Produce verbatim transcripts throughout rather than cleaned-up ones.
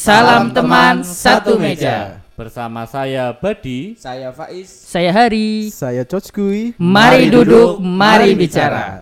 Salam teman satu meja. Bersama saya Badi, saya Faiz, saya Hari, saya Coach Kui. Mari duduk, mari bicara.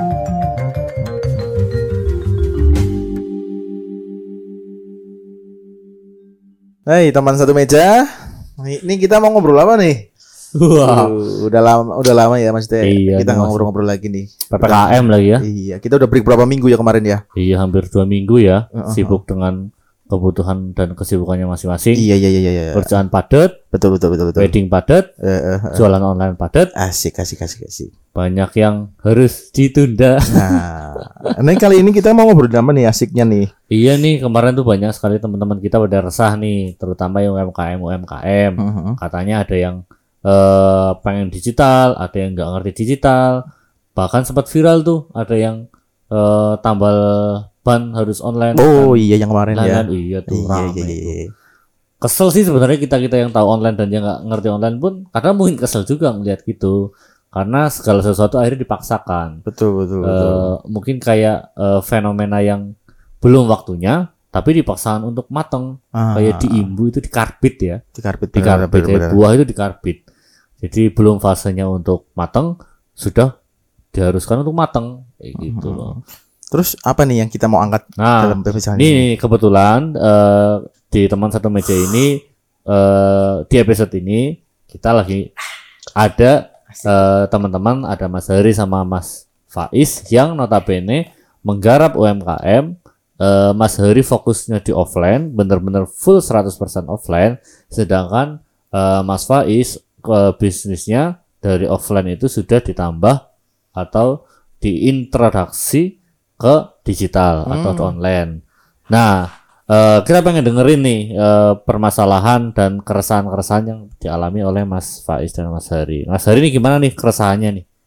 Hai teman satu meja. Ini kita mau ngobrol apa nih? Wah, Uh, udah lama, udah lama ya maksudnya. Iya, kita masih. ngobrol-ngobrol lagi nih. P P K M lagi ya. Iya, kita udah break berapa minggu ya kemarin ya? Iya, hampir dua minggu ya. Uh-huh. Sibuk dengan kebutuhan dan kesibukannya masing-masing. Iya, iya, iya, iya. iya. Kerjaan padat, Betul, betul, betul, betul. wedding padat, Uh, uh, uh. jualan online padat. Asik, asik, asik, asik. Banyak yang harus ditunda. Nah, ini kali ini kita mau ngobrol apa nih asiknya nih? Iya nih, kemarin tuh banyak sekali teman-teman kita pada resah nih, terutama yang U M K M U M K M. Uh-huh. Katanya ada yang eh, pengen digital, ada yang nggak ngerti digital, bahkan sempat viral tuh, ada yang eh, tambal ban harus online. Oh kan. iya yang kemarin ya. Online, iya tuh Iya, rame iya, itu. iya. Kesel sih sebenarnya kita kita yang tahu online dan yang nggak ngerti online pun, karena mungkin kesel juga ngeliat gitu, karena segala sesuatu akhirnya dipaksakan. Betul, betul, betul. Eh, mungkin kayak eh, fenomena yang belum waktunya, tapi dipaksakan untuk mateng. Ah, Kayak diimbu itu dikarbit ya. dikarbit, Di benar, karbit, benar, ya, benar. buah itu dikarbit. Jadi belum fasenya untuk mateng, sudah diharuskan untuk mateng kayak gitu loh. Terus apa nih yang kita mau angkat Nah, dalam pembicaraan ini ini? nih, kebetulan eh, di teman satu meja ini eh, di episode ini kita lagi ada eh, teman-teman, ada Mas Hari sama Mas Faiz yang notabene menggarap U M K M. Eh, Mas Hari fokusnya di offline, bener-bener full seratus persen offline, sedangkan eh, Mas Faiz ke bisnisnya dari offline itu sudah ditambah atau diintroduksi ke digital atau ke online. Nah, eh, kita pengen dengerin nih eh, permasalahan dan keresahan-keresahan yang dialami oleh Mas Faiz dan Mas Hari. Mas Hari ini gimana nih keresahannya nih?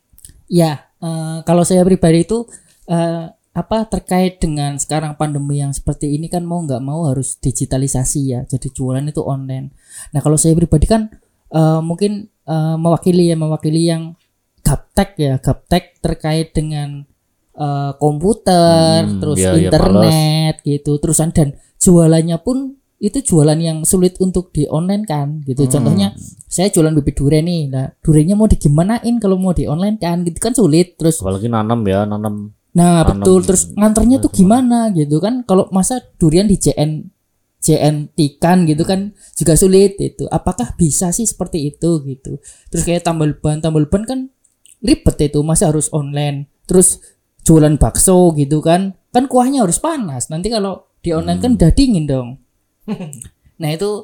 Ya, eh, kalau saya pribadi itu eh, apa terkait dengan sekarang pandemi yang seperti ini kan mau nggak mau harus digitalisasi ya. Jadi jualan itu online. Nah, kalau saya pribadi kan eh, mungkin eh, mewakili ya mewakili yang gaptek ya, gaptek terkait dengan eh, komputer, Hmm, terus iya, iya, internet gitu. Terusan dan jualannya pun itu jualan yang sulit untuk di online kan gitu. Contohnya saya jualan bibit durian nih. Nah, duriannya mau digimanain kalau mau di online kan gitu kan sulit. Terus Apalagi nanam ya, nanam. nah Tanam. betul, terus nganternya tuh gimana gitu kan. Kalau masa durian di J N J N T-kan gitu kan juga sulit itu. Apakah bisa sih seperti itu gitu. Terus kayak tambal ban, tambal ban kan ribet itu, masa harus online. Terus jualan bakso gitu kan. Kan kuahnya harus panas. Nanti kalau di online kan udah dingin dong. Nah, itu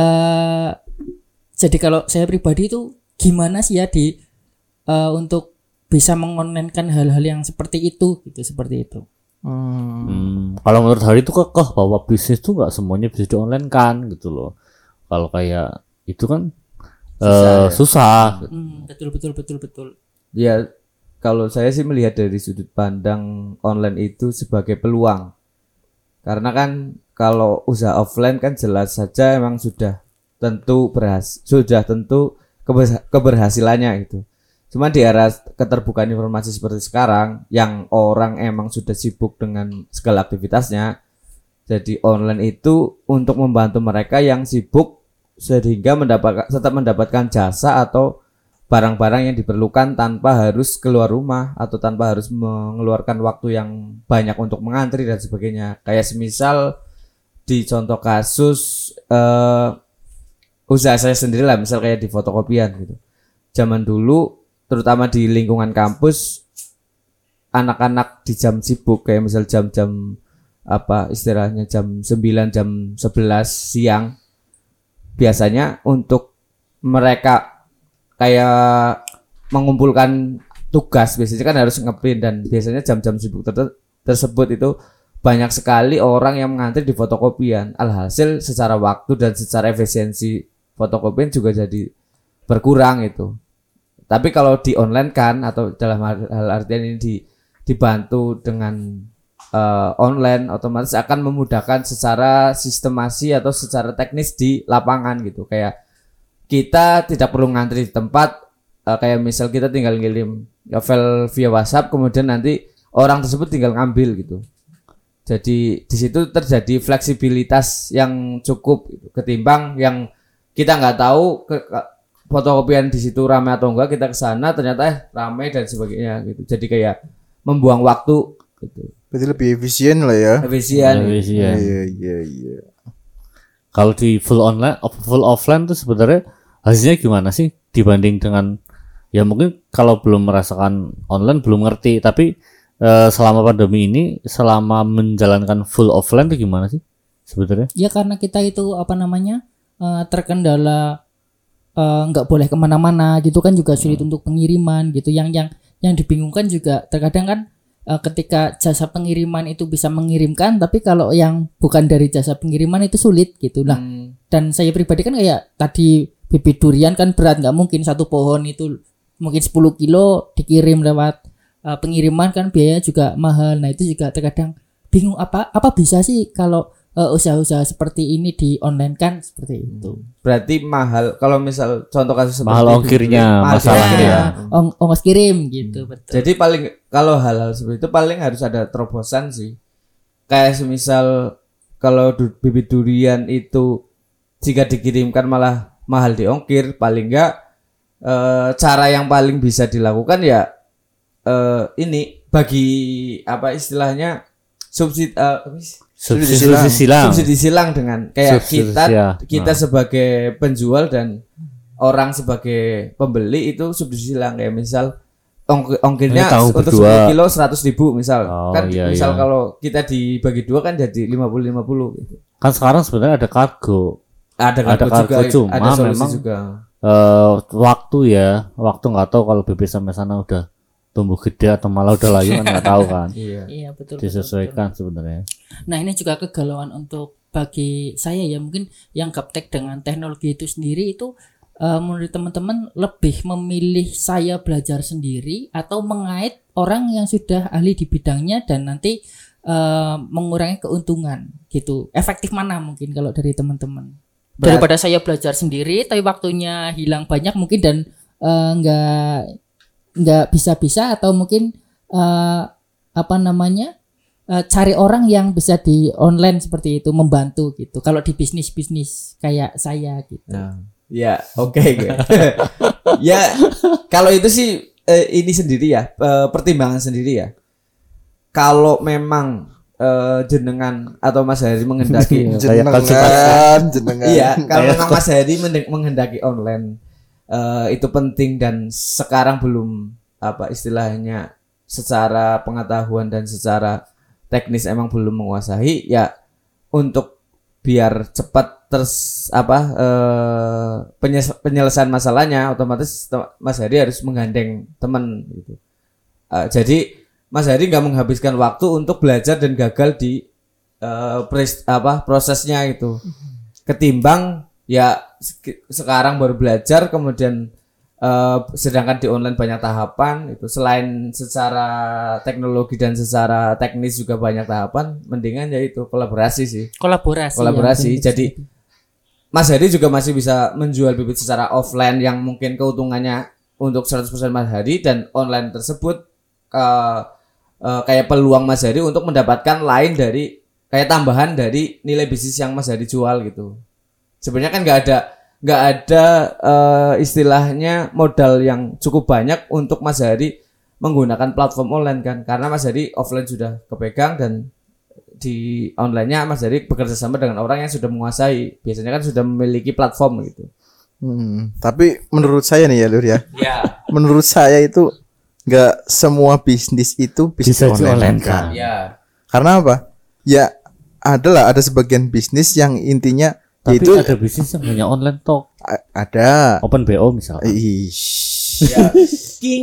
eh jadi kalau saya pribadi itu gimana sih ya di eh, untuk bisa mengonlinekan hal-hal yang seperti itu gitu, seperti itu. Hmm. Hmm, kalau menurut Hari itu kekeh bahwa bisnis tuh nggak semuanya bisa di online kan gitu loh. Kalau kayak itu kan susah. Susah, ya. susah. Hmm, betul betul betul betul. Ya, kalau saya sih melihat dari sudut pandang online itu sebagai peluang. Karena kan kalau usaha offline kan jelas saja emang sudah tentu berhas sudah tentu keberha- keberhasilannya gitu. Cuma di era keterbukaan informasi seperti sekarang yang orang emang sudah sibuk dengan segala aktivitasnya, jadi online itu untuk membantu mereka yang sibuk sehingga mendapatkan tetap mendapatkan jasa atau barang-barang yang diperlukan tanpa harus keluar rumah atau tanpa harus mengeluarkan waktu yang banyak untuk mengantri dan sebagainya. Kayak semisal di contoh kasus eh, usaha saya sendiri lah, misal kayak di fotokopian gitu. Zaman dulu terutama di lingkungan kampus, anak-anak di jam sibuk kayak misal jam-jam apa istilahnya jam sembilan, jam sebelas siang, biasanya untuk mereka kayak mengumpulkan tugas biasanya kan harus ngeprint, dan biasanya jam-jam sibuk ter- tersebut itu banyak sekali orang yang mengantri di fotokopian. Alhasil secara waktu dan secara efisiensi fotokopian juga jadi berkurang itu. Tapi kalau di online kan atau dalam hal, hal artian ini di, dibantu dengan uh, online, otomatis akan memudahkan secara sistemasi atau secara teknis di lapangan gitu. Kayak kita tidak perlu ngantri di tempat, uh, kayak misal kita tinggal ngirim file via WhatsApp, kemudian nanti orang tersebut tinggal ngambil gitu. Jadi di situ terjadi fleksibilitas yang cukup gitu. Ketimbang yang kita nggak tahu ke, ke, fotokopian di situ ramai atau enggak, kita ke sana ternyata eh ramai dan sebagainya gitu. Jadi kayak membuang waktu gitu. Berarti lebih efisien lah ya. Efisien. Efisien. Iya iya iya. Kalau di full online, full offline tuh sebenarnya hasilnya gimana sih dibanding dengan ya mungkin kalau belum merasakan online belum ngerti, tapi Uh, selama pandemi ini, selama menjalankan full offline itu gimana sih sebenarnya? Ya karena kita itu apa namanya uh, terkendala nggak uh, boleh kemana-mana gitu kan, juga sulit hmm. untuk pengiriman gitu. Yang yang yang dibingungkan juga terkadang kan uh, ketika jasa pengiriman itu bisa mengirimkan, tapi kalau yang bukan dari jasa pengiriman itu sulit gitu lah. Hmm. Dan saya pribadi kan kayak tadi bibit durian kan berat, nggak mungkin satu pohon itu mungkin sepuluh kilo dikirim lewat Uh, pengiriman kan biayanya juga mahal. Nah itu juga terkadang bingung apa apa bisa sih kalau uh, usaha-usaha seperti ini di online kan seperti itu. Berarti mahal kalau misal contoh kasus seperti mahal ongkirnya, masalahnya ya, ong ongkos kirim gitu. Hmm. Betul. Jadi paling kalau hal-hal seperti itu paling harus ada terobosan sih. Kayak semisal kalau du- bibit durian itu jika dikirimkan malah mahal di ongkir, paling enggak uh, cara yang paling bisa dilakukan ya Uh, ini bagi apa istilahnya subsidi uh, subsidi silang. silang subsidi silang dengan kayak subsidi kita silang. kita nah. sebagai penjual dan orang sebagai pembeli itu subsidi silang, kayak misal ong ongkirnya untuk sepuluh kilo seratus ribu misal. Oh, kan iya, misal iya. Kalau kita dibagi dua kan jadi lima puluh lima puluh gitu. Kan sekarang sebenarnya ada kargo. Ada kargo, ada kargo juga, cuma ada solusi memang juga. Uh, waktu ya, waktu nggak tahu kalau B B sampai sana udah tumbuh gede atau malah udah layu kan nggak tahu kan. Iya. Iya betul. Disesuaikan betul, betul. Sebenarnya. Nah ini juga kegalauan untuk bagi saya ya, mungkin yang gaptek dengan teknologi itu sendiri itu uh, menurut teman-teman lebih memilih saya belajar sendiri atau mengait orang yang sudah ahli di bidangnya dan nanti uh, mengurangi keuntungan gitu. Efektif mana mungkin kalau dari teman-teman? Daripada saya belajar sendiri tapi waktunya hilang banyak mungkin dan uh, nggak nggak bisa-bisa, atau mungkin uh, apa namanya uh, cari orang yang bisa di online seperti itu membantu gitu kalau di bisnis-bisnis kayak saya gitu. Nah, ya oke okay, ya kalau itu sih eh, ini sendiri ya, eh, pertimbangan sendiri ya. Kalau memang eh, jenengan atau Mas Heri menghendaki jenengan jenengan iya, kalau memang Mas Heri menghendaki online Uh, itu penting dan sekarang belum apa istilahnya secara pengetahuan dan secara teknis emang belum menguasai ya, untuk biar cepat terus apa uh, penyelesaian masalahnya otomatis Mas Heri harus menggandeng teman gitu. Uh, jadi Mas Heri nggak menghabiskan waktu untuk belajar dan gagal di uh, pres, apa prosesnya itu, ketimbang ya sekarang baru belajar kemudian uh, sedangkan di online banyak tahapan itu, selain secara teknologi dan secara teknis juga banyak tahapan, mendingan ya itu kolaborasi sih. Kolaborasi. Kolaborasi. Ya, jadi Mas Heri juga masih bisa menjual bibit secara offline yang mungkin keuntungannya untuk seratus persen Mas Heri, dan online tersebut uh, uh, kayak peluang Mas Heri untuk mendapatkan lain dari kayak tambahan dari nilai bisnis yang Mas Heri jual gitu. Sebenarnya kan nggak ada nggak ada uh, istilahnya modal yang cukup banyak untuk Mas Heri menggunakan platform online kan, karena Mas Heri offline sudah kepegang dan di online-nya Mas Heri bekerja sama dengan orang yang sudah menguasai, biasanya kan sudah memiliki platform gitu. Hmm, tapi menurut saya nih ya Lur ya, ya. menurut saya itu nggak semua bisnis itu bisa, bisa online kan. Ya. Karena apa? Ya adalah ada sebagian bisnis yang intinya tapi itu ada bisnis yang punya online talk. A- ada. Open B O misalnya. Ish. Ya. King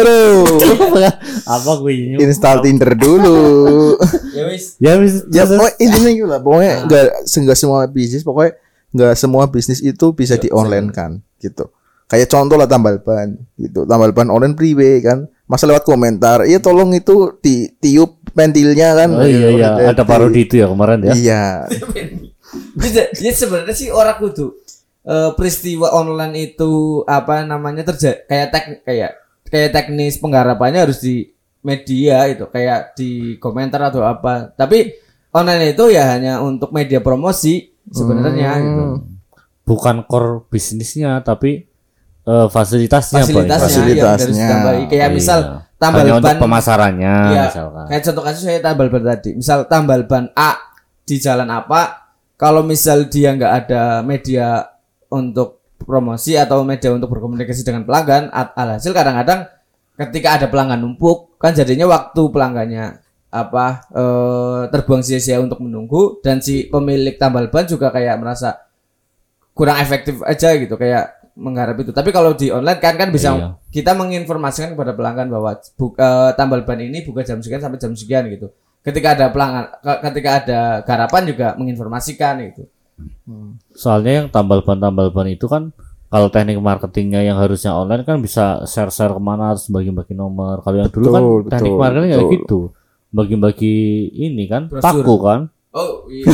apa gue ini? Install Tinder dulu. Ya wis. Ya wis. Ya pokoknya intinya gitu lah. Pokoknya enggak enggak semua bisnis, pokoknya enggak semua bisnis itu bisa di online kan gitu. Kayak contoh lah tambal ban gitu. Tambal ban online priwe kan. Masa lewat komentar, iya tolong itu ditiup pentilnya kan. Oh iya iya, ada parodi itu ya kemarin ya. Iya. Jadi sebenarnya sih orang kudu uh, peristiwa online itu apa namanya terjadi kayak tek kayak kayak teknis penggarapannya harus di media itu, kayak di komentar atau apa. Tapi online itu ya hanya untuk media promosi sebenarnya Hmm. gitu. Bukan core bisnisnya tapi eh, fasilitasnya, Boy. Fasilitasnya, Fasilitasnya. yang harus ditambahi. Kayak Iya. misal tambal Hanya untuk ban pemasarannya Iya, misalkan. kayak contoh kasus saya tambal ban tadi. Misal tambal ban A di jalan apa, kalau misal dia nggak ada media untuk promosi atau media untuk berkomunikasi dengan pelanggan, al- alhasil kadang-kadang ketika ada pelanggan numpuk, kan jadinya waktu pelanggannya apa eh, terbuang sia-sia untuk menunggu, dan si pemilik tambal ban juga kayak merasa kurang efektif aja gitu, kayak mengharap itu. Tapi kalau di online kan kan bisa Iya. kita menginformasikan kepada pelanggan bahwa bu, eh, tambal ban ini buka jam sekian sampai jam sekian gitu. Ketika ada pelanggan, ke- ketika ada garapan juga menginformasikan gitu. Soalnya yang tambal ban tambal ban itu kan kalau teknik marketingnya yang harusnya online kan bisa share-share kemana, harus bagi-bagi nomor. Kalau yang dulu kan Betul, teknik betul, marketing kayak betul. gitu, bagi-bagi ini kan Brosur. paku kan, Oh iya.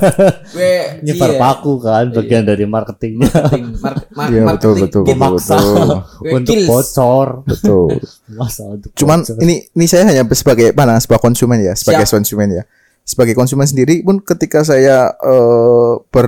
Gue nyebar iya. paku kan, bagian dari marketingnya Marketing, mar- mar- Iya betul marketing betul gitu. betul. memaksa betul. Gue untuk kills. bocor. Betul. Masa untuk Cuman bocor. ini ini saya hanya sebagai mana sebagai konsumen ya, sebagai Siap. konsumen ya. Sebagai konsumen sendiri pun ketika saya eh, ber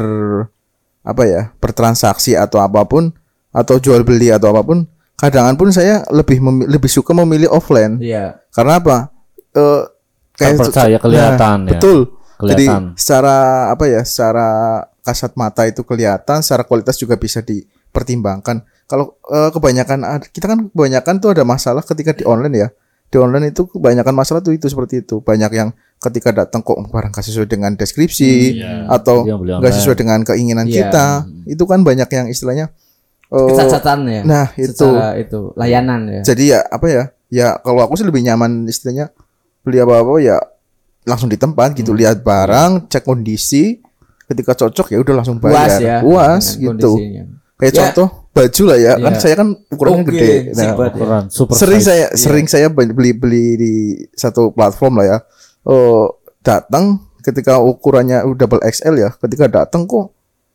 apa ya, bertransaksi atau apapun atau jual beli atau apapun, kadang pun saya lebih memi- lebih suka memilih offline. Iya. Karena apa? Eh Terpercaya, kelihatan ya. Betul. Jadi Kelihatan. secara apa ya, secara kasat mata itu kelihatan, secara kualitas juga bisa dipertimbangkan. Kalau eh, kebanyakan ad- kita kan kebanyakan tuh ada masalah ketika di online ya. Di online itu kebanyakan masalah tuh itu seperti itu. Banyak yang ketika datang kok barang nggak sesuai dengan deskripsi Iya. atau Yang beli nggak online. sesuai dengan keinginan Iya. kita. Itu kan banyak yang istilahnya eh, Kecacatan ya. nah, itu. Secara itu layanan ya. jadi ya apa ya? Ya kalau aku sih lebih nyaman istilahnya beli apa-apa ya langsung di tempat gitu, lihat barang, cek kondisi, ketika cocok ya udah langsung bayar. Puas ya. Puas dengan gitu. kondisinya. Kayak Ya. contoh baju lah ya, kan Iya. saya kan ukurannya Oke, gede. sip Nah, banget ya. Ukuran super sering size. saya sering saya beli beli di satu platform lah ya. Oh, datang ketika ukurannya udah double X L ya, ketika datang kok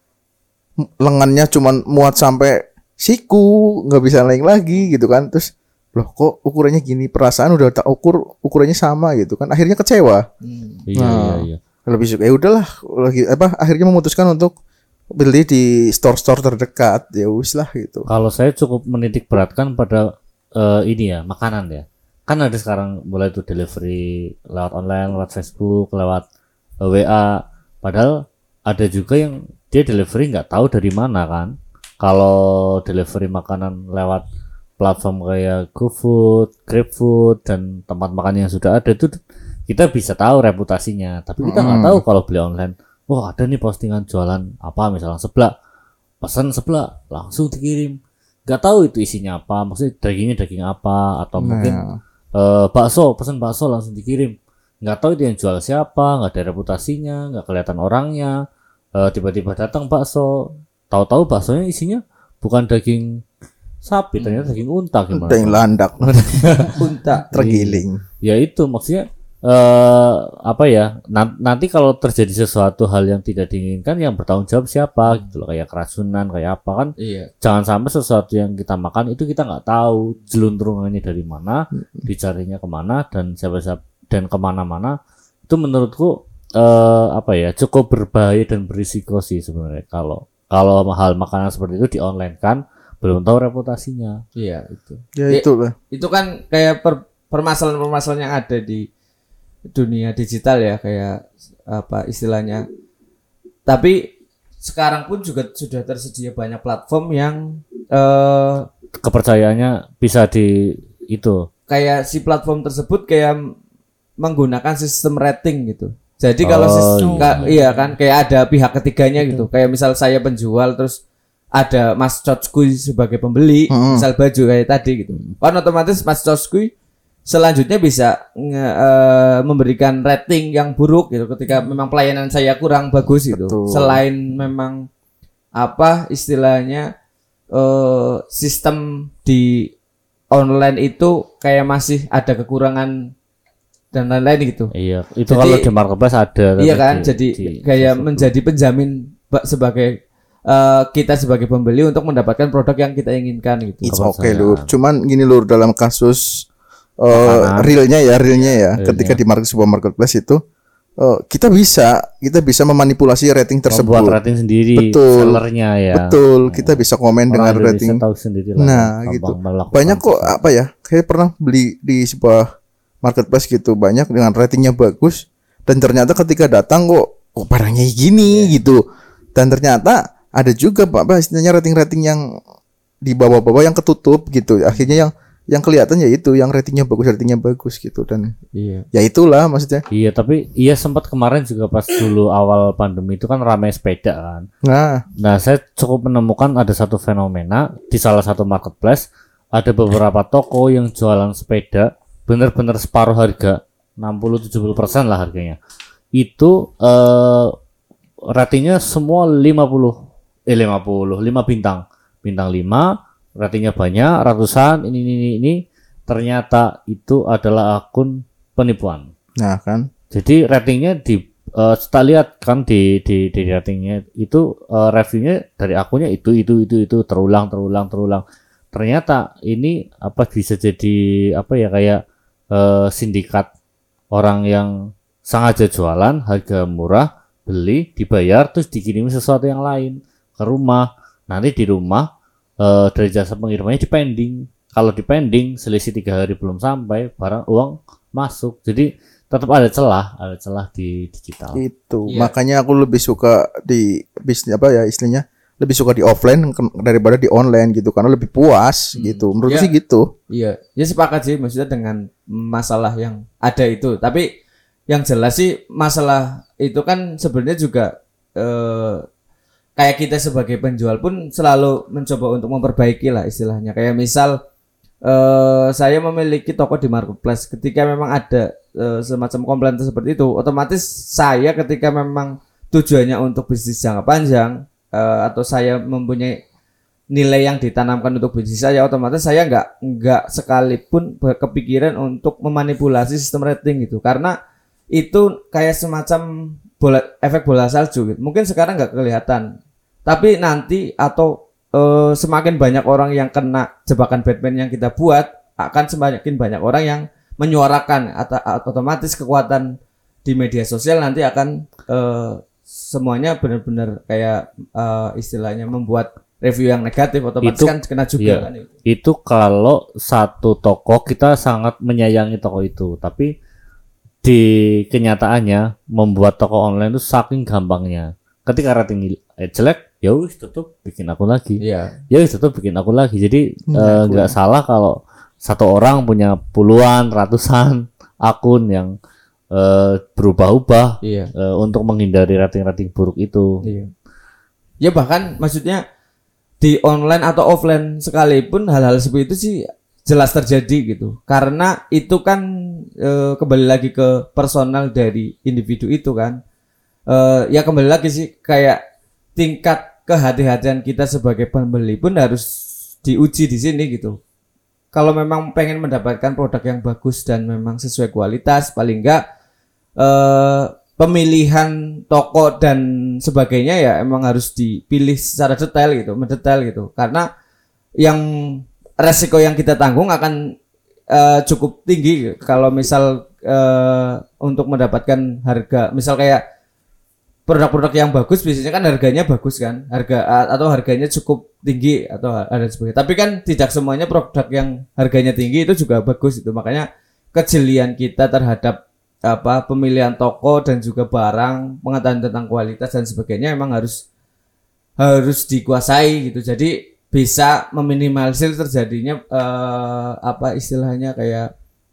lengannya cuman muat sampai siku, nggak bisa naik lagi gitu kan. Terus loh kok ukurannya gini, perasaan udah tak ukur ukurannya sama gitu kan. Akhirnya kecewa. Hmm. Iya, Nah. iya, iya. Lebih suka ya udahlah lagi apa akhirnya memutuskan untuk beli di store-store terdekat. Ya wis lah gitu. Kalau saya cukup menitik beratkan pada eh, ini ya, makanan ya. Kan ada sekarang mulai tuh delivery lewat online, lewat Facebook, lewat eh, W A. Padahal ada juga yang dia delivery nggak tahu dari mana kan. Kalau delivery makanan lewat platform kayak GoFood, GrabFood dan tempat makan yang sudah ada itu kita bisa tahu reputasinya. Tapi kita nggak tahu kalau beli online. Wah ada nih postingan jualan apa misalnya seblak, pesan seblak langsung dikirim. Nggak tahu itu isinya apa, maksudnya dagingnya daging apa atau mungkin Nah, eh, bakso, pesan bakso langsung dikirim. Nggak tahu itu yang jual siapa, nggak ada reputasinya, nggak kelihatan orangnya. Eh, tiba-tiba datang bakso, tahu-tahu baksonya isinya bukan daging sapi, ternyata daging unta gimana? ada yang landak Unta. tergiling. Ya itu maksudnya eh apa ya? nan- Nanti kalau terjadi sesuatu hal yang tidak diinginkan, yang bertanggung jawab siapa gitu loh, kayak keracunan, kayak apa kan? Iya. Jangan sampai sesuatu yang kita makan itu kita nggak tahu jeluntrungannya dari mana, dicarinya kemana dan siapa siapa dan kemana-mana. Itu menurutku eh apa ya, cukup berbahaya dan berisiko sih sebenarnya kalau kalau hal makanan seperti itu di online kan, belum tahu reputasinya. Iya itu. Ya Ya, itu lah. Itu kan kayak per- permasalahan-permasalahan yang ada di dunia digital ya, kayak apa istilahnya. Tapi sekarang pun juga sudah tersedia banyak platform yang eh Kepercayaannya bisa di itu. kayak si platform tersebut kayak menggunakan sistem rating gitu. Jadi kalau Oh, sistem iya. ka- iya kan kayak ada pihak ketiganya gitu. Kayak misal saya penjual terus ada Mas Cocku sebagai pembeli, Hmm. misal baju kayak tadi gitu. Kan otomatis Mas Cocku selanjutnya bisa nge- eh, memberikan rating yang buruk gitu ketika memang pelayanan saya kurang bagus gitu. Betul. Selain memang apa istilahnya eh, sistem di online itu kayak masih ada kekurangan dan lain-lain gitu. Iya, itu Jadi- kalau di marketplace ada. Iya tapi kan, di- jadi di- kayak di- menjadi penjamin ba- sebagai eh, kita sebagai pembeli untuk mendapatkan produk yang kita inginkan gitu. It's Kepercayaan. okay lur. Cuman gini lur, dalam kasus uh, Makanan. realnya ya, realnya ya, Realnya. ketika di market sebuah marketplace itu uh, kita bisa kita bisa memanipulasi rating tersebut. Membuat rating sendiri, Betul. sellernya ya. Betul, kita bisa komen Orang dengan Indonesia rating. tahu sendiri lah, Nah, gampang gitu. melakukan Banyak kok sesuatu. apa ya? Saya pernah beli di sebuah marketplace gitu, banyak dengan ratingnya bagus dan ternyata ketika datang kok kok barangnya gini gitu. Dan ternyata ada juga Pak, apa istilahnya rating-rating yang di bawah-bawah yang ketutup gitu. Akhirnya yang yang kelihatan ya itu yang ratingnya bagus, ratingnya bagus gitu dan Iya. ya itulah maksudnya. Iya, tapi iya sempat kemarin juga pas dulu awal pandemi itu kan ramai sepeda kan. Nah, Nah, saya cukup menemukan ada satu fenomena di salah satu marketplace, ada beberapa toko yang jualan sepeda benar-benar separuh harga, enam puluh tujuh puluh persen lah harganya. Itu eh ratingnya semua lima puluh eh lima puluh, lima bintang. Bintang lima, ratingnya banyak, ratusan, ini ini ini, ini. Ternyata itu adalah akun penipuan. nah kan. Jadi ratingnya di uh, kita lihat kan di di di ratingnya itu uh, reviewnya dari akunnya itu itu itu itu terulang terulang terulang. Ternyata ini apa bisa jadi apa ya kayak uh, sindikat orang yang sengaja jualan harga murah, beli, dibayar terus dikirimi sesuatu yang lain ke rumah. Nanti di rumah uh, dari jasa pengirimannya di pending. Kalau di pending selisih tiga hari belum sampai barang uang masuk. Jadi tetap ada celah, ada celah di digital. Itu Iya. makanya aku lebih suka di bisnis apa ya istilahnya lebih suka di offline ke- daripada di online gitu karena lebih puas gitu menurut Iya. sih gitu. Iya, ya sepakat sih maksudnya dengan masalah yang ada itu. Tapi yang jelas sih masalah itu kan sebenarnya juga eh, kayak kita sebagai penjual pun selalu mencoba untuk memperbaiki lah istilahnya. Kayak misal eh, saya memiliki toko di marketplace, ketika memang ada eh, semacam komplain seperti itu, otomatis saya ketika memang tujuannya untuk bisnis jangka panjang eh, atau saya mempunyai nilai yang ditanamkan untuk bisnis saya, otomatis saya nggak nggak sekalipun kepikiran untuk memanipulasi sistem rating gitu, karena itu kayak semacam bola efek bola salju gitu. Mungkin sekarang nggak kelihatan, tapi nanti atau eh, semakin banyak orang yang kena jebakan Batman yang kita buat, akan semakin banyak orang yang menyuarakan atau otomatis kekuatan di media sosial nanti akan eh, semuanya benar-benar kayak eh, istilahnya membuat review yang negatif, otomatis Itu- kan kena juga iya. kan itu. Itu kalau satu toko kita sangat menyayangi toko itu, tapi di kenyataannya membuat toko online itu saking gampangnya. Ketika rating eh, jelek, ya wis tutup, bikin akun lagi. Iya. Ya wis tutup, bikin akun lagi. Jadi Hmm, eh, akun. nggak salah kalau satu orang punya puluhan, ratusan akun yang eh, berubah-ubah Iya. eh, untuk menghindari rating-rating buruk itu. Iya. Ya bahkan maksudnya di online atau offline sekalipun hal-hal seperti itu sih jelas terjadi gitu. Karena itu kan e, kembali lagi ke personal dari individu itu kan. E, ya kembali lagi sih kayak tingkat kehati-hatian kita sebagai pembeli pun harus diuji di sini gitu. Kalau memang pengen mendapatkan produk yang bagus dan memang sesuai kualitas, paling enggak eh pemilihan toko dan sebagainya ya emang harus dipilih secara detail gitu, mendetail gitu. Karena yang resiko yang kita tanggung akan eh, cukup tinggi kalau misal eh, untuk mendapatkan harga, misal kayak produk-produk yang bagus biasanya kan harganya bagus kan, harga atau harganya cukup tinggi atau ada sebagainya. Tapi kan tidak semuanya produk yang harganya tinggi itu juga bagus itu. Makanya kejelian kita terhadap apa pemilihan toko dan juga barang, pengetahuan tentang kualitas dan sebagainya emang harus harus dikuasai gitu. Jadi bisa meminimalisir terjadinya eh, apa istilahnya kayak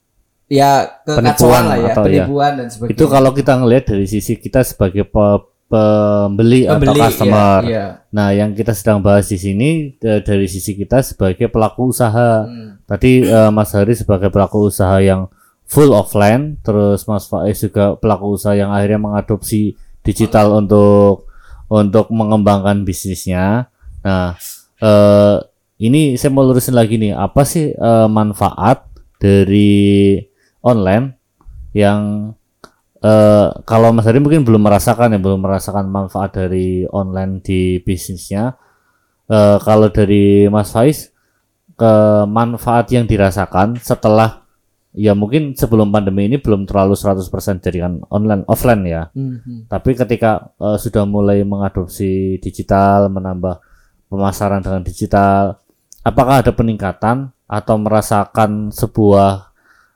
ya kekacauan Penipuan lah ya, atau ya. penipuan dan sebagainya. Itu kalau kita ngelihat dari sisi kita sebagai pe- pembeli, atau Pembeli, customer. iya, iya. Nah, yang kita sedang bahas di sini eh, dari sisi kita sebagai pelaku usaha. Hmm. Tadi eh, Mas Hari sebagai pelaku usaha yang full offline, terus Mas Faiz juga pelaku usaha yang akhirnya mengadopsi digital untuk untuk mengembangkan bisnisnya. Nah, eh, ini saya mau lurusin lagi nih, apa sih eh, manfaat dari online yang eh, kalau Mas Hari mungkin belum merasakan ya, belum merasakan manfaat dari online di bisnisnya. Eh, kalau dari Mas Faiz, ke manfaat yang dirasakan setelah ya mungkin sebelum pandemi ini belum terlalu seratus persen jadikan online offline ya. Mhm. Tapi ketika uh, sudah mulai mengadopsi digital, menambah pemasaran dengan digital, apakah ada peningkatan atau merasakan sebuah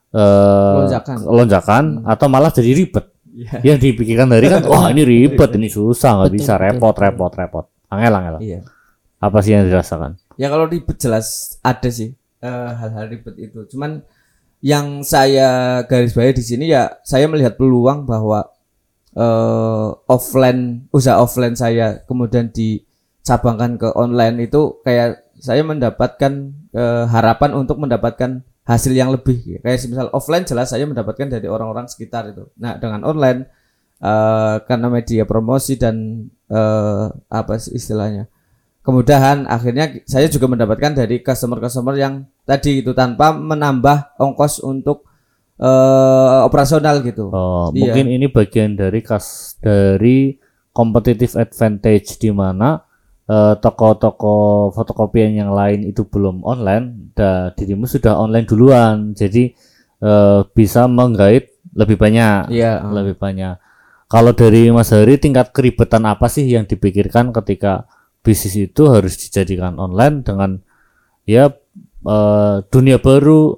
uh, Lonjakan. lonjakan atau malah jadi ribet? Iya. Yang dipikirkan dari kan, wah ini ribet, ini susah, nggak Betul, bisa, betul, repot, betul. repot, repot, angel, angel. Iya. Apa sih yang dirasakan? Ya kalau ribet jelas ada sih eh, hal-hal ribet itu. Cuman yang saya garis bawahi di sini ya saya melihat peluang bahwa eh, offline usaha offline saya kemudian dicabangkan ke online itu kayak saya mendapatkan eh, harapan untuk mendapatkan hasil yang lebih. Kayak misal offline jelas saya mendapatkan dari orang-orang sekitar itu. Nah dengan online eh, karena media promosi dan eh, apa sih istilahnya kemudahan, akhirnya saya juga mendapatkan dari customer-customer yang tadi itu tanpa menambah ongkos untuk uh, operasional gitu. Oh, Iya. mungkin ini bagian dari kas dari competitive advantage di mana eh, toko-toko fotokopian yang lain itu belum online, dan dirimu sudah online duluan, jadi eh, bisa menggait lebih banyak, Iya. lebih banyak. Kalau dari Mas Hari, tingkat keribetan apa sih yang dipikirkan ketika bisnis itu harus dijadikan online dengan ya eh, dunia baru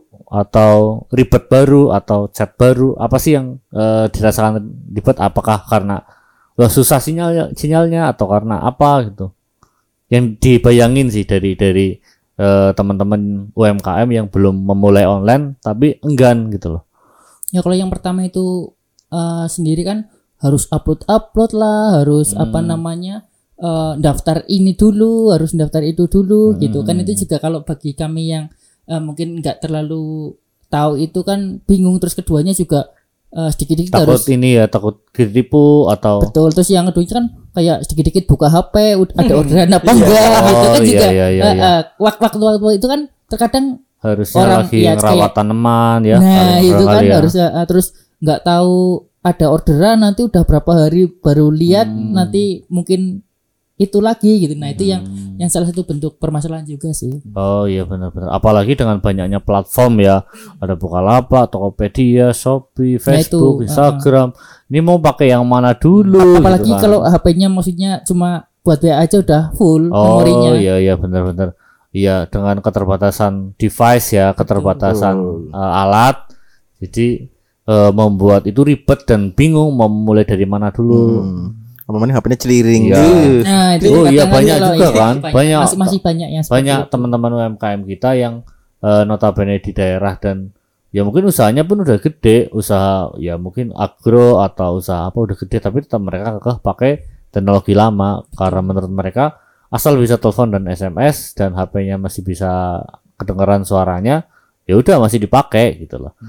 atau ribet baru atau chat baru, apa sih yang eh, dirasakan ribet? Apakah karena wah, susah sinyalnya sinyalnya atau karena apa gitu? Yang dibayangin sih dari dari eh, teman-teman U M K M yang belum memulai online tapi enggan gitu loh. Ya kalau yang pertama itu eh, sendiri kan harus upload-upload lah, harus Hmm. apa namanya eh, daftar ini dulu, harus daftar itu dulu Hmm. gitu kan. Itu juga kalau bagi kami yang eh, mungkin nggak terlalu tahu itu kan bingung. Terus keduanya juga eh, sedikit-sedikit Takut harus ini ya, takut ditipu atau betul. Terus yang kedua kan kayak sedikit-sedikit buka H P ud- ada orderan apa enggak Oh, gitu kan iya, juga. iya, iya, eh, iya. eh, waktu-waktu itu kan terkadang harusnya orang, lagi ya, ngerawat kayak- tanaman ya. nah kali- itu kan kali ya. harus uh, terus nggak tahu ada orderan nanti udah berapa hari baru lihat Hmm. nanti mungkin itu lagi gitu. Nah itu yang Hmm. yang salah satu bentuk permasalahan juga sih. Oh iya benar-benar. Apalagi dengan banyaknya platform ya. Ada Bukalapak, Tokopedia, Shopee, Facebook, itu, Instagram. Ini mau pakai yang mana dulu? Apalagi gitu kan. kalau H P-nya maksudnya cuma buat W A aja udah full Oh memorinya. iya iya benar-benar. Iya, dengan keterbatasan device ya, keterbatasan uh, alat. Jadi uh, membuat itu ribet dan bingung mau mulai dari mana dulu. Hmm. Apa namanya H P-nya celiring. Iya. Duh. Nah itu Oh kadang iya, kan banyak kalau juga itu kan. Banyak. masih, masih banyak yang seperti Banyak itu. teman-teman U M K M kita yang uh, notabene di daerah dan ya mungkin usahanya pun udah gede, usaha ya mungkin agro atau usaha apa udah gede, tapi tetap mereka kekeh pakai teknologi lama karena menurut mereka asal bisa telepon dan S M S dan H P-nya masih bisa kedengaran suaranya, ya udah masih dipakai gitu loh.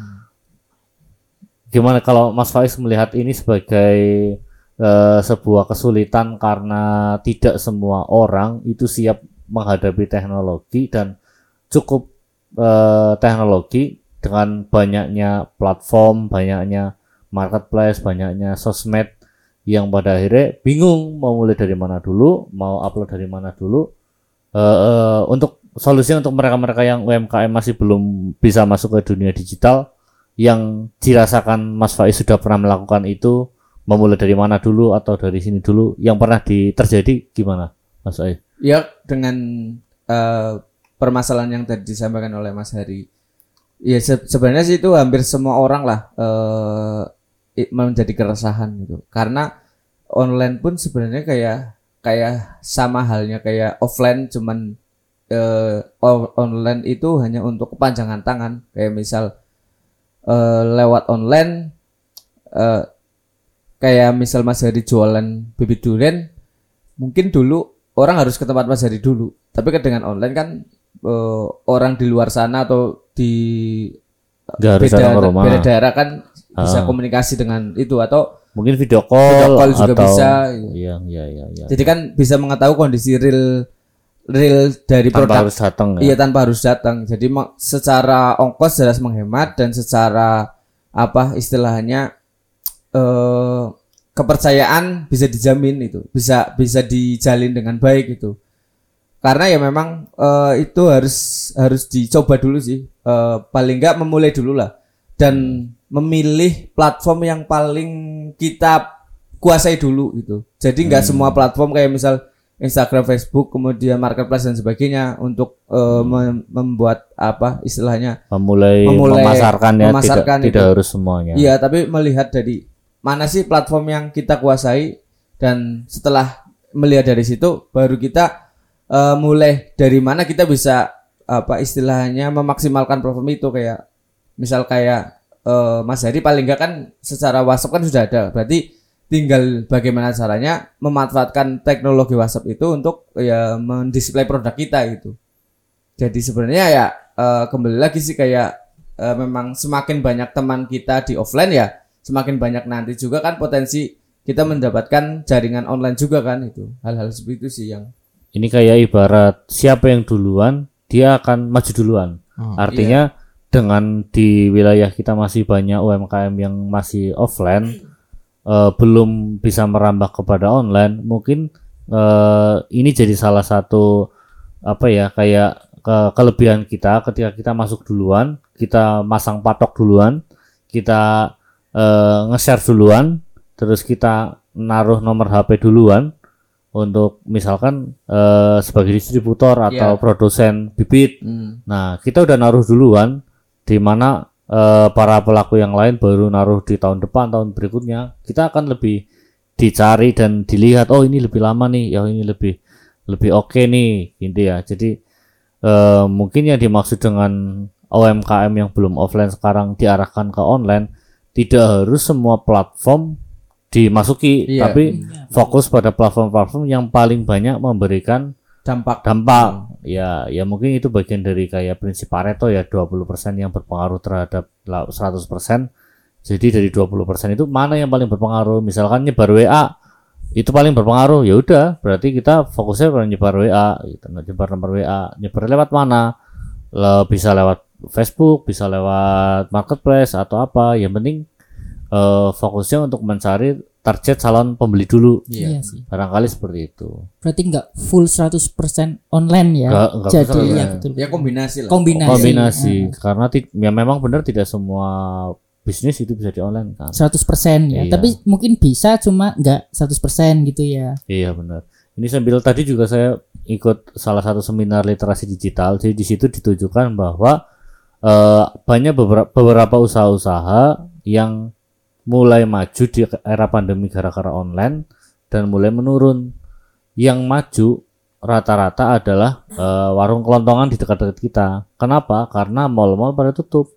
Gimana kalau Mas Faiz melihat ini sebagai eh, sebuah kesulitan karena tidak semua orang itu siap menghadapi teknologi dan cukup eh, teknologi dengan banyaknya platform, banyaknya marketplace, banyaknya sosmed yang pada akhirnya bingung mau mulai dari mana dulu, mau upload dari mana dulu. Eh, eh, untuk solusi untuk mereka-mereka yang U M K M masih belum bisa masuk ke dunia digital, yang dirasakan Mas Faiz sudah pernah melakukan itu, memulai dari mana dulu atau dari sini dulu, yang pernah di, terjadi gimana Mas Faiz? Ya dengan eh, permasalahan yang tadi disampaikan oleh Mas Hari. Ya se- sebenarnya sih itu hampir semua orang lah eh i- menjadi keresahan gitu. Karena online pun sebenarnya kayak kayak sama halnya kayak offline, cuman eh, o- online itu hanya untuk kepanjangan tangan. Kayak misal eh, lewat online eh, kayak misal Mas Hari jualan bibit durian, mungkin dulu orang harus ke tempat Mas Hari dulu. Tapi kan dengan online kan eh, orang di luar sana atau di Nggak harus beda, datang ke rumah. beda daerah kan bisa Ah. komunikasi dengan itu atau Mungkin video call, Video call juga atau bisa. Iya, iya, iya, iya. jadi kan bisa mengetahui kondisi real real dari Tanpa produk. harus datang ya. Iya tanpa harus datang. Jadi ma- secara ongkos jelas menghemat dan secara apa istilahnya eh kepercayaan bisa dijamin itu. Bisa bisa dijalin dengan baik itu. Karena ya memang eh, itu harus harus dicoba dulu sih. Eh, paling enggak memulai dulu lah. dan memilih platform yang paling kita kuasai dulu gitu. Jadi nggak hmm. semua platform kayak misal Instagram, Facebook, kemudian marketplace dan sebagainya untuk uh, mem- membuat apa istilahnya memulai, memulai memasarkan ya memasarkan tidak, tidak harus semuanya. Iya, tapi melihat dari mana sih platform yang kita kuasai dan setelah melihat dari situ baru kita uh, mulai dari mana kita bisa apa istilahnya memaksimalkan platform itu kayak misal kayak uh, Mas Hadi paling enggak kan secara WhatsApp kan sudah ada. Berarti tinggal bagaimana caranya memanfaatkan teknologi WhatsApp itu untuk ya mendisplay produk kita gitu. Jadi sebenarnya ya uh, kembali lagi sih kayak uh, memang semakin banyak teman kita di offline ya semakin banyak nanti juga kan potensi kita mendapatkan jaringan online juga kan itu. Hal-hal seperti itu sih yang ini kayak ibarat siapa yang duluan dia akan maju duluan. Oh, artinya iya. Dengan di wilayah kita masih banyak U M K M yang masih offline, uh, belum bisa merambah kepada online, mungkin uh, ini jadi salah satu apa ya kayak ke kelebihan kita ketika kita masuk duluan, kita masang patok duluan, kita uh, nge-share duluan, terus kita naruh nomor H P duluan untuk misalkan uh, sebagai distributor atau yeah. produsen bibit. Mm. Nah, kita udah naruh duluan di mana uh, para pelaku yang lain baru naruh di tahun depan, tahun berikutnya. Kita akan lebih dicari dan dilihat, oh ini lebih lama nih, ya ini lebih lebih oke okay nih, gitu ya. Jadi uh, mungkin yang dimaksud dengan U M K M yang belum offline sekarang diarahkan ke online, tidak harus semua platform dimasuki, iya. tapi iya. fokus pada platform-platform yang paling banyak memberikan dampak dampak hmm. ya ya mungkin itu bagian dari kayak prinsip Pareto ya, dua puluh persen yang berpengaruh terhadap seratus persen. Jadi dari dua puluh persen itu mana yang paling berpengaruh? Misalkan nyebar W A itu paling berpengaruh, ya udah berarti kita fokusnya pada nyebar W A gitu. Nyebar nomor W A, nyebar lewat mana? Le, bisa lewat Facebook, bisa lewat marketplace atau apa, yang penting uh, fokusnya untuk mencari target calon pembeli dulu. Iya, iya sih. Barangkali seperti itu. Berarti enggak full seratus persen online ya. Enggak, enggak jadi ya betul. Ya kombinasi lah. Kombinasi. Kombinasi. Hmm. Karena ti- ya memang benar tidak semua bisnis itu bisa di online kan. seratus persen ya. Iya. Tapi mungkin bisa cuma enggak seratus persen gitu ya. Iya benar. Ini sambil tadi juga saya ikut salah satu seminar literasi digital. Jadi di situ ditujukan bahwa uh, banyak beberapa, beberapa usaha-usaha yang mulai maju di era pandemi gara-gara online dan mulai menurun. Yang maju rata-rata adalah uh, warung kelontongan di dekat-dekat kita. Kenapa? Karena mal-mal pada tutup.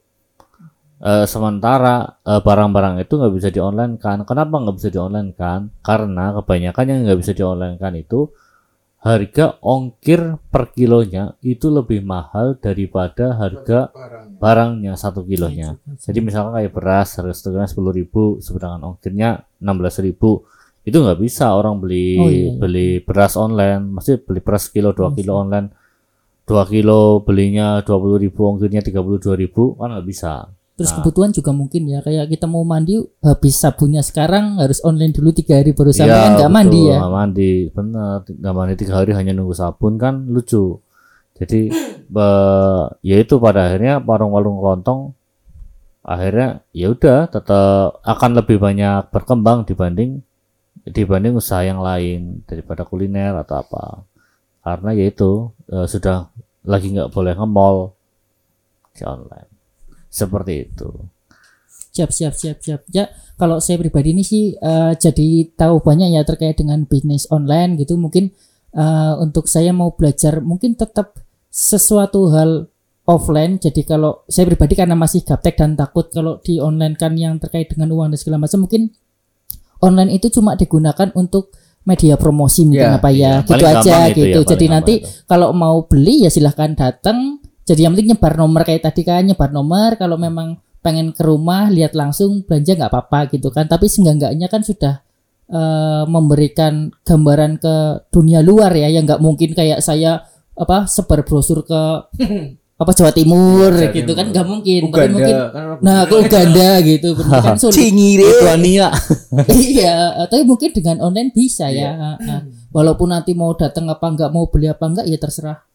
Uh, sementara uh, barang-barang itu nggak bisa di online kan. Kenapa nggak bisa di online kan? Karena kebanyakan yang nggak bisa di online kan itu harga ongkir per kilonya itu lebih mahal daripada harga barangnya satu kilonya. Jadi misalkan kayak beras harga setengah sepuluh ribu, sedangkan ongkirnya enam belas ribu, itu nggak bisa orang beli oh, iya, iya. beli beras online, masih beli beras kilo dua kilo online, dua kilo belinya dua puluh ribu, ongkirnya tiga puluh dua ribu, kan nggak bisa. Terus nah. kebutuhan juga mungkin ya, kayak kita mau mandi habis sabunnya sekarang harus online dulu tiga hari baru sabun ya, kan nggak mandi ya. Nggak mandi, benar. Nggak mandi tiga hari hanya nunggu sabun kan lucu. Jadi be, ya itu pada akhirnya warung-warung kelontong akhirnya ya udah tetap akan lebih banyak berkembang dibanding dibanding usaha yang lain daripada kuliner atau apa. Karena ya itu e, sudah lagi nggak boleh nge-mall di online. Seperti itu. Siap, siap, siap, siap. Ya, kalau saya pribadi ini sih uh, jadi tahu banyak ya terkait dengan bisnis online gitu. Mungkin uh, untuk saya mau belajar mungkin tetap sesuatu hal offline. Jadi kalau saya pribadi karena masih gaptek dan takut kalau di online kan yang terkait dengan uang dan segala macam, mungkin online itu cuma digunakan untuk media promosi mungkin ya, apa ya, ya. Gitu aja gitu. Ya, jadi nanti itu. Kalau mau beli ya silahkan datang. Jadi yang penting nyebar nomor kayak tadi kan, nyebar nomor. Kalau memang pengen ke rumah lihat langsung belanja nggak apa-apa gitu kan. Tapi seenggak-enggaknya kan sudah uh, memberikan gambaran ke dunia luar ya, yang nggak mungkin kayak saya apa sebar brosur ke apa Jawa Timur ya, gitu kan nggak mungkin. Uganda, tapi mungkin kan nah ke Uganda gitu kan sulit. Lituania. Iya, tapi mungkin dengan online bisa ya. Walaupun nanti mau datang apa nggak, mau beli apa nggak ya terserah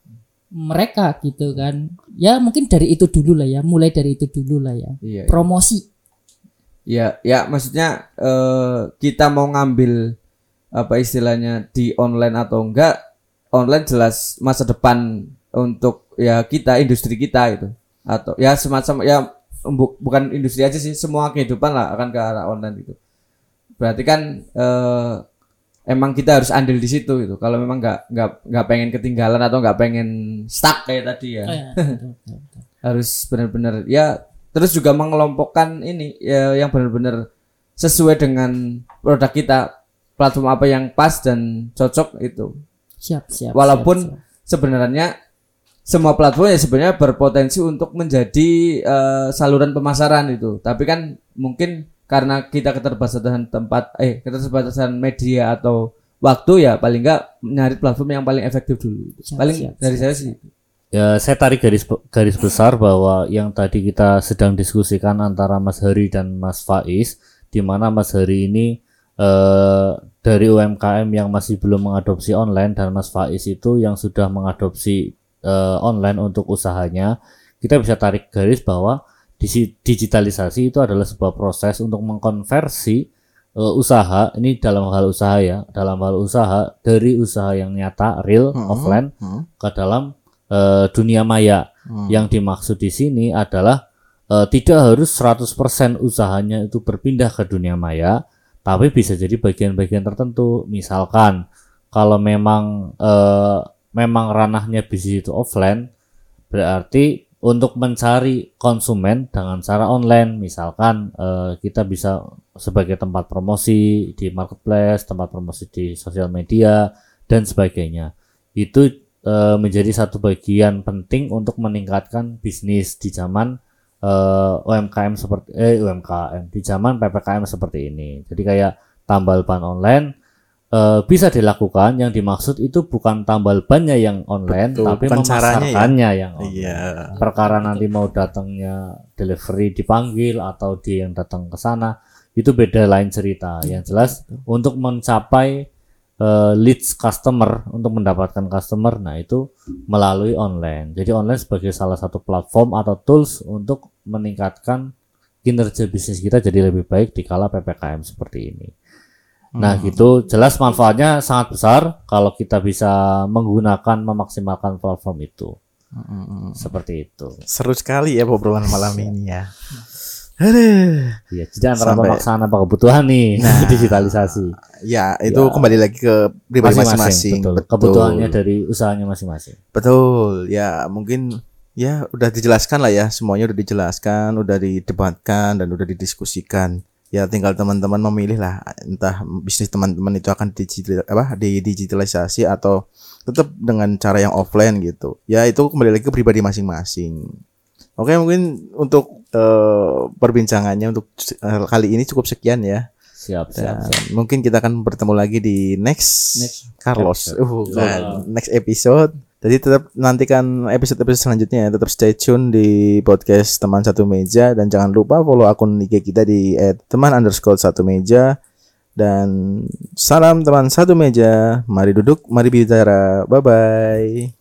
mereka gitu kan. Ya mungkin dari itu dulu lah ya, mulai dari itu dulu lah ya. Iya. Promosi. Ya, ya maksudnya eh, kita mau ngambil apa istilahnya di online atau enggak, online jelas masa depan untuk ya kita, industri kita itu. Atau ya semacam ya bu- bukan industri aja sih, semua kehidupan lah akan ke arah online gitu. Berarti kan eh, emang kita harus andil di situ gitu. Kalau memang nggak nggak nggak pengen ketinggalan atau nggak pengen stuck kayak tadi ya, Oh, ya, betul, betul, betul. harus benar-benar ya. Terus juga mengelompokkan ini ya, yang benar-benar sesuai dengan produk kita, platform apa yang pas dan cocok itu. Siap, siap. Walaupun siap, siap. sebenarnya semua platform ya sebenarnya berpotensi untuk menjadi uh, saluran pemasaran itu. Tapi kan mungkin karena kita keterbatasan tempat, eh keterbatasan media atau waktu ya, paling enggak nyari platform yang paling efektif dulu. Siap, Paling siap, dari siap, saya siap. sih. Ya, saya tarik garis garis besar bahwa yang tadi kita sedang diskusikan antara Mas Hari dan Mas Faiz, di mana Mas Hari ini eh, dari U M K M yang masih belum mengadopsi online dan Mas Faiz itu yang sudah mengadopsi eh, online untuk usahanya. Kita bisa tarik garis bahwa digitalisasi itu adalah sebuah proses untuk mengkonversi uh, usaha, ini dalam hal usaha ya, dalam hal usaha dari usaha yang nyata real Hmm, offline hmm. ke dalam uh, dunia maya. Hmm. Yang dimaksud di sini adalah uh, tidak harus seratus persen usahanya itu berpindah ke dunia maya, tapi bisa jadi bagian-bagian tertentu. Misalkan kalau memang uh, memang ranahnya bisnis itu offline, berarti untuk mencari konsumen dengan cara online, misalkan eh, kita bisa sebagai tempat promosi di marketplace, tempat promosi di sosial media dan sebagainya. Itu eh, menjadi satu bagian penting untuk meningkatkan bisnis di zaman eh, U M K M seperti eh U M K M di zaman P P K M seperti ini. Jadi kayak tambal ban online Uh, bisa dilakukan. Yang dimaksud itu bukan tambal bannya yang online, Betul, tapi bukan caranya memasarkannya yang online. Iya. Perkara nanti mau datangnya delivery dipanggil atau dia yang datang ke sana, itu beda lain cerita. Yang jelas untuk mencapai uh, leads customer, untuk mendapatkan customer, nah itu melalui online. Jadi online sebagai salah satu platform atau tools untuk meningkatkan kinerja bisnis kita jadi lebih baik di kala P P K M seperti ini. Nah gitu, jelas manfaatnya sangat besar kalau kita bisa menggunakan, memaksimalkan platform itu. Hmm. Seperti itu. Seru sekali ya obrolan malam ini ya. Aduh. Ya, jadi antara Sampai- pemaksaan apa kebutuhan nih digitalisasi. Ya, itu Ya. kembali lagi ke pribadi masing-masing. betul. Betul. Kebutuhannya dari usahanya masing-masing. Betul. Ya, mungkin ya udah dijelaskan lah ya, semuanya udah dijelaskan, udah didebatkan dan udah didiskusikan. Ya tinggal teman-teman memilih lah, entah bisnis teman-teman itu akan digital apa digitalisasi atau tetap dengan cara yang offline gitu. Ya itu kembali lagi ke pribadi masing-masing. Oke, mungkin untuk eh, perbincangannya untuk eh, kali ini cukup sekian ya. Siap, siap, Dan siap. mungkin kita akan bertemu lagi di next, Next Carlos. episode. Uh, kan, Wow. next episode. Jadi tetap nantikan episode-episode selanjutnya ya. Tetap stay tune di podcast Teman Satu Meja dan jangan lupa follow akun I G kita di et teman underscore satu meja. Dan salam teman satu meja. Mari duduk, mari bicara. Bye bye.